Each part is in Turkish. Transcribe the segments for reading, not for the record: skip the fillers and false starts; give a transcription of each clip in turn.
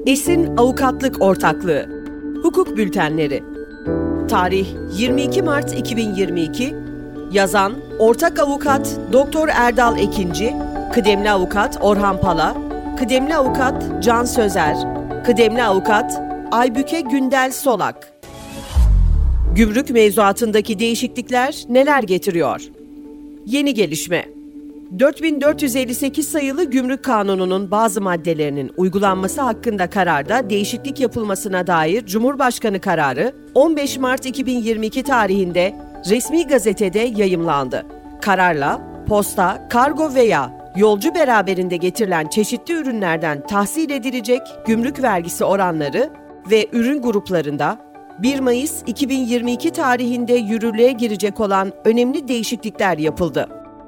Esin Avukatlık Ortaklığı. Hukuk Bültenleri. Tarih 22 Mart 2022. Yazan Ortak Avukat Doktor Erdal Ekinci, Kıdemli Avukat Orhan Pala, Kıdemli Avukat Can Sözer, Kıdemli Avukat Aybüke Gündel Solak. Gümrük mevzuatındaki değişiklikler neler getiriyor? Yeni gelişme. 4458 sayılı Gümrük Kanunu'nun bazı maddelerinin uygulanması hakkında kararda değişiklik yapılmasına dair Cumhurbaşkanı kararı 15 Mart 2022 tarihinde resmi gazetede yayımlandı. Kararla posta, kargo veya yolcu beraberinde getirilen çeşitli ürünlerden tahsil edilecek gümrük vergisi oranları ve ürün gruplarında 1 Mayıs 2022 tarihinde yürürlüğe girecek olan önemli değişiklikler yapıldı.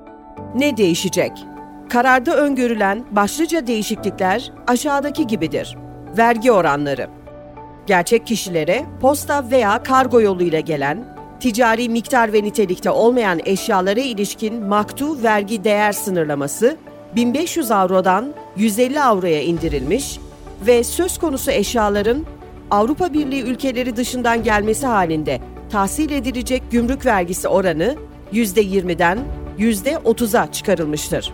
Ne değişecek? Kararda öngörülen başlıca değişiklikler aşağıdaki gibidir. Vergi oranları. Gerçek kişilere posta veya kargo yoluyla gelen, ticari miktar ve nitelikte olmayan eşyalara ilişkin maktu vergi değer sınırlaması 1500 avrodan 150 avroya indirilmiş ve söz konusu eşyaların Avrupa Birliği ülkeleri dışından gelmesi halinde tahsil edilecek gümrük vergisi oranı %20'den %30'a çıkarılmıştır.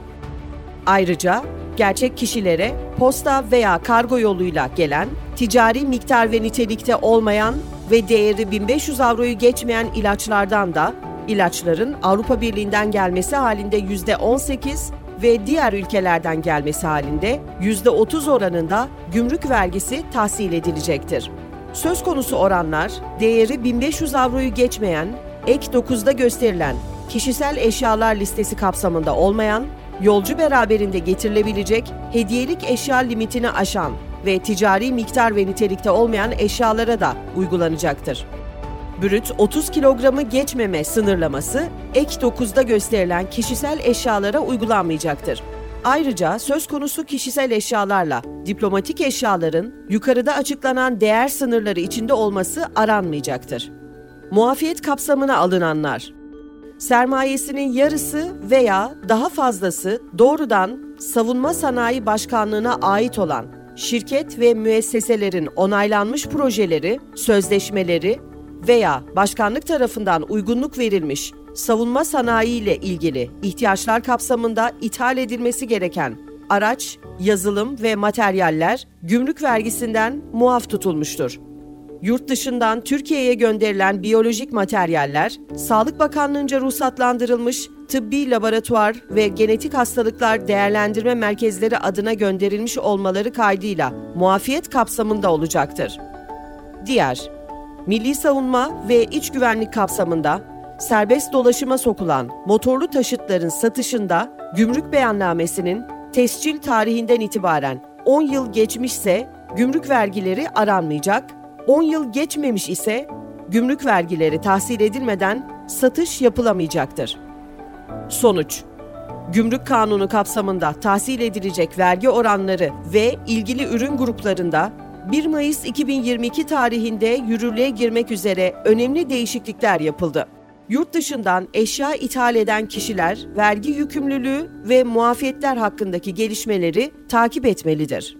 Ayrıca gerçek kişilere posta veya kargo yoluyla gelen, ticari miktar ve nitelikte olmayan ve değeri 1500 avroyu geçmeyen ilaçlardan da ilaçların Avrupa Birliği'nden gelmesi halinde %18 ve diğer ülkelerden gelmesi halinde %30 oranında gümrük vergisi tahsil edilecektir. Söz konusu oranlar, değeri 1500 avroyu geçmeyen, ek 9'da gösterilen kişisel eşyalar listesi kapsamında olmayan, yolcu beraberinde getirilebilecek hediyelik eşya limitini aşan ve ticari miktar ve nitelikte olmayan eşyalara da uygulanacaktır. Brüt 30 kilogramı geçmeme sınırlaması ek 9'da gösterilen kişisel eşyalara uygulanmayacaktır. Ayrıca söz konusu kişisel eşyalarla diplomatik eşyaların yukarıda açıklanan değer sınırları içinde olması aranmayacaktır. Muafiyet kapsamına alınanlar, sermayesinin yarısı veya daha fazlası doğrudan Savunma Sanayi Başkanlığı'na ait olan şirket ve müesseselerin onaylanmış projeleri, sözleşmeleri veya başkanlık tarafından uygunluk verilmiş savunma sanayi ile ilgili ihtiyaçlar kapsamında ithal edilmesi gereken araç, yazılım ve materyaller gümrük vergisinden muaf tutulmuştur. Yurt dışından Türkiye'ye gönderilen biyolojik materyaller, Sağlık Bakanlığı'nca ruhsatlandırılmış tıbbi laboratuvar ve genetik hastalıklar değerlendirme merkezleri adına gönderilmiş olmaları kaydıyla muafiyet kapsamında olacaktır. Diğer, milli savunma ve iç güvenlik kapsamında serbest dolaşıma sokulan motorlu taşıtların satışında gümrük beyannamesinin tescil tarihinden itibaren 10 yıl geçmişse gümrük vergileri aranmayacak, 10 yıl geçmemiş ise gümrük vergileri tahsil edilmeden satış yapılamayacaktır. Sonuç: Gümrük Kanunu kapsamında tahsil edilecek vergi oranları ve ilgili ürün gruplarında 1 Mayıs 2022 tarihinde yürürlüğe girmek üzere önemli değişiklikler yapıldı. Yurt dışından eşya ithal eden kişiler vergi yükümlülüğü ve muafiyetler hakkındaki gelişmeleri takip etmelidir.